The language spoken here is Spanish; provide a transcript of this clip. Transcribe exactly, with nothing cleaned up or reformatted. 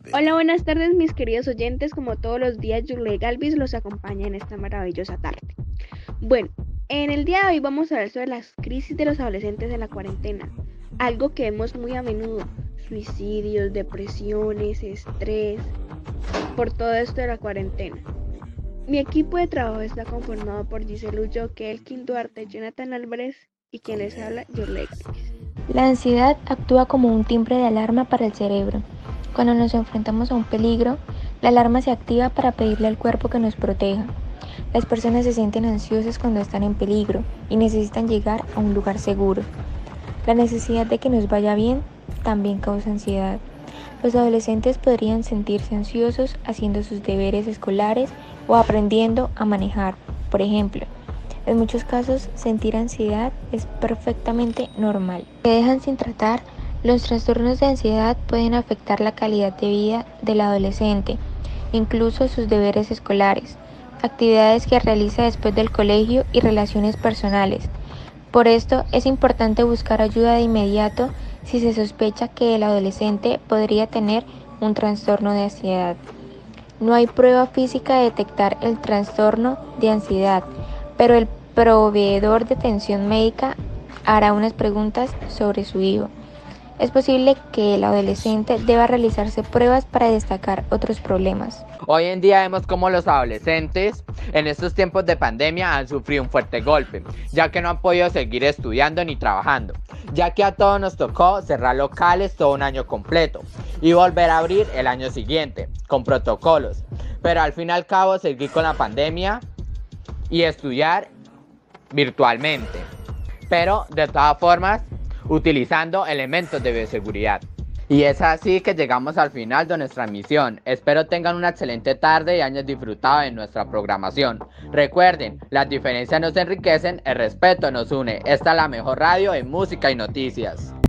Hola, buenas tardes mis queridos oyentes, como todos los días Yurley Galvis los acompaña en esta maravillosa tarde. Bueno, en el día de hoy vamos a hablar sobre las crisis de los adolescentes en la cuarentena, algo que vemos muy a menudo, suicidios, depresiones, estrés, por todo esto de la cuarentena. Mi equipo de trabajo está conformado por Giselle Ulloa, Elkin Duarte, Jonathan Álvarez y quien les habla, Yurley Galvis. La ansiedad actúa como un timbre de alarma para el cerebro. Cuando nos enfrentamos a un peligro, la alarma se activa para pedirle al cuerpo que nos proteja. Las personas se sienten ansiosas cuando están en peligro y necesitan llegar a un lugar seguro. La necesidad de que nos vaya bien también causa ansiedad. Los adolescentes podrían sentirse ansiosos haciendo sus deberes escolares o aprendiendo a manejar, por ejemplo. En muchos casos, sentir ansiedad es perfectamente normal. Si se dejan sin tratar, los trastornos de ansiedad pueden afectar la calidad de vida del adolescente, incluso sus deberes escolares, actividades que realiza después del colegio y relaciones personales. Por esto, es importante buscar ayuda de inmediato si se sospecha que el adolescente podría tener un trastorno de ansiedad. No hay prueba física de detectar el trastorno de ansiedad, pero el proveedor de atención médica hará unas preguntas sobre su hijo. Es posible que el adolescente deba realizarse pruebas para destacar otros problemas. Hoy en día vemos cómo los adolescentes en estos tiempos de pandemia han sufrido un fuerte golpe, ya que no han podido seguir estudiando ni trabajando, ya que a todos nos tocó cerrar locales todo un año completo y volver a abrir el año siguiente, con protocolos, pero al fin y al cabo seguir con la pandemia y estudiar virtualmente, pero de todas formas utilizando elementos de bioseguridad. Y es así que llegamos al final de nuestra misión. Espero tengan una excelente tarde y hayan disfrutado de nuestra programación. Recuerden, las diferencias nos enriquecen, el respeto nos une. Esta es la mejor radio en música y noticias.